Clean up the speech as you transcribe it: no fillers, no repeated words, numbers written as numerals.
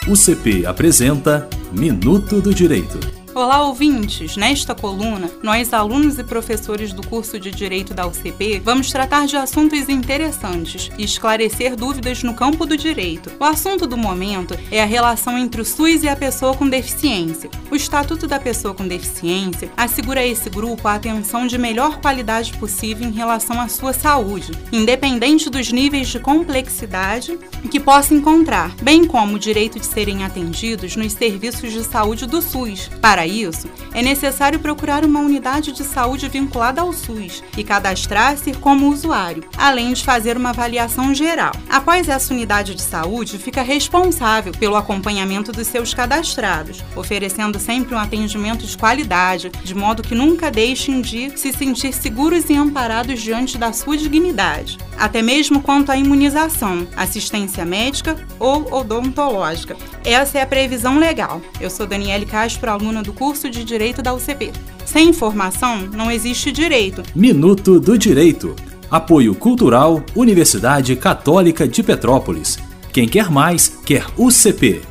UCP apresenta Minuto do Direito. Olá, ouvintes! Nesta coluna, nós, alunos e professores do curso de Direito da UCP, vamos tratar de assuntos interessantes e esclarecer dúvidas no campo do direito. O assunto do momento é a relação entre o SUS e a pessoa com deficiência. O Estatuto da Pessoa com Deficiência assegura a esse grupo a atenção de melhor qualidade possível em relação à sua saúde, independente dos níveis de complexidade que possa encontrar, bem como o direito de serem atendidos nos serviços de saúde do SUS. Para isso, é necessário procurar uma unidade de saúde vinculada ao SUS e cadastrar-se como usuário, além de fazer uma avaliação geral. Após essa unidade de saúde, fica responsável pelo acompanhamento dos seus cadastrados, oferecendo sempre um atendimento de qualidade, de modo que nunca deixem de se sentir seguros e amparados diante da sua dignidade, até mesmo quanto à imunização, assistência médica ou odontológica. Essa é a previsão legal. Eu sou Daniele Castro, aluna do curso de Direito da UCP. Sem informação, não existe direito. Minuto do Direito. Apoio Cultural, Universidade Católica de Petrópolis. Quem quer mais, quer UCP.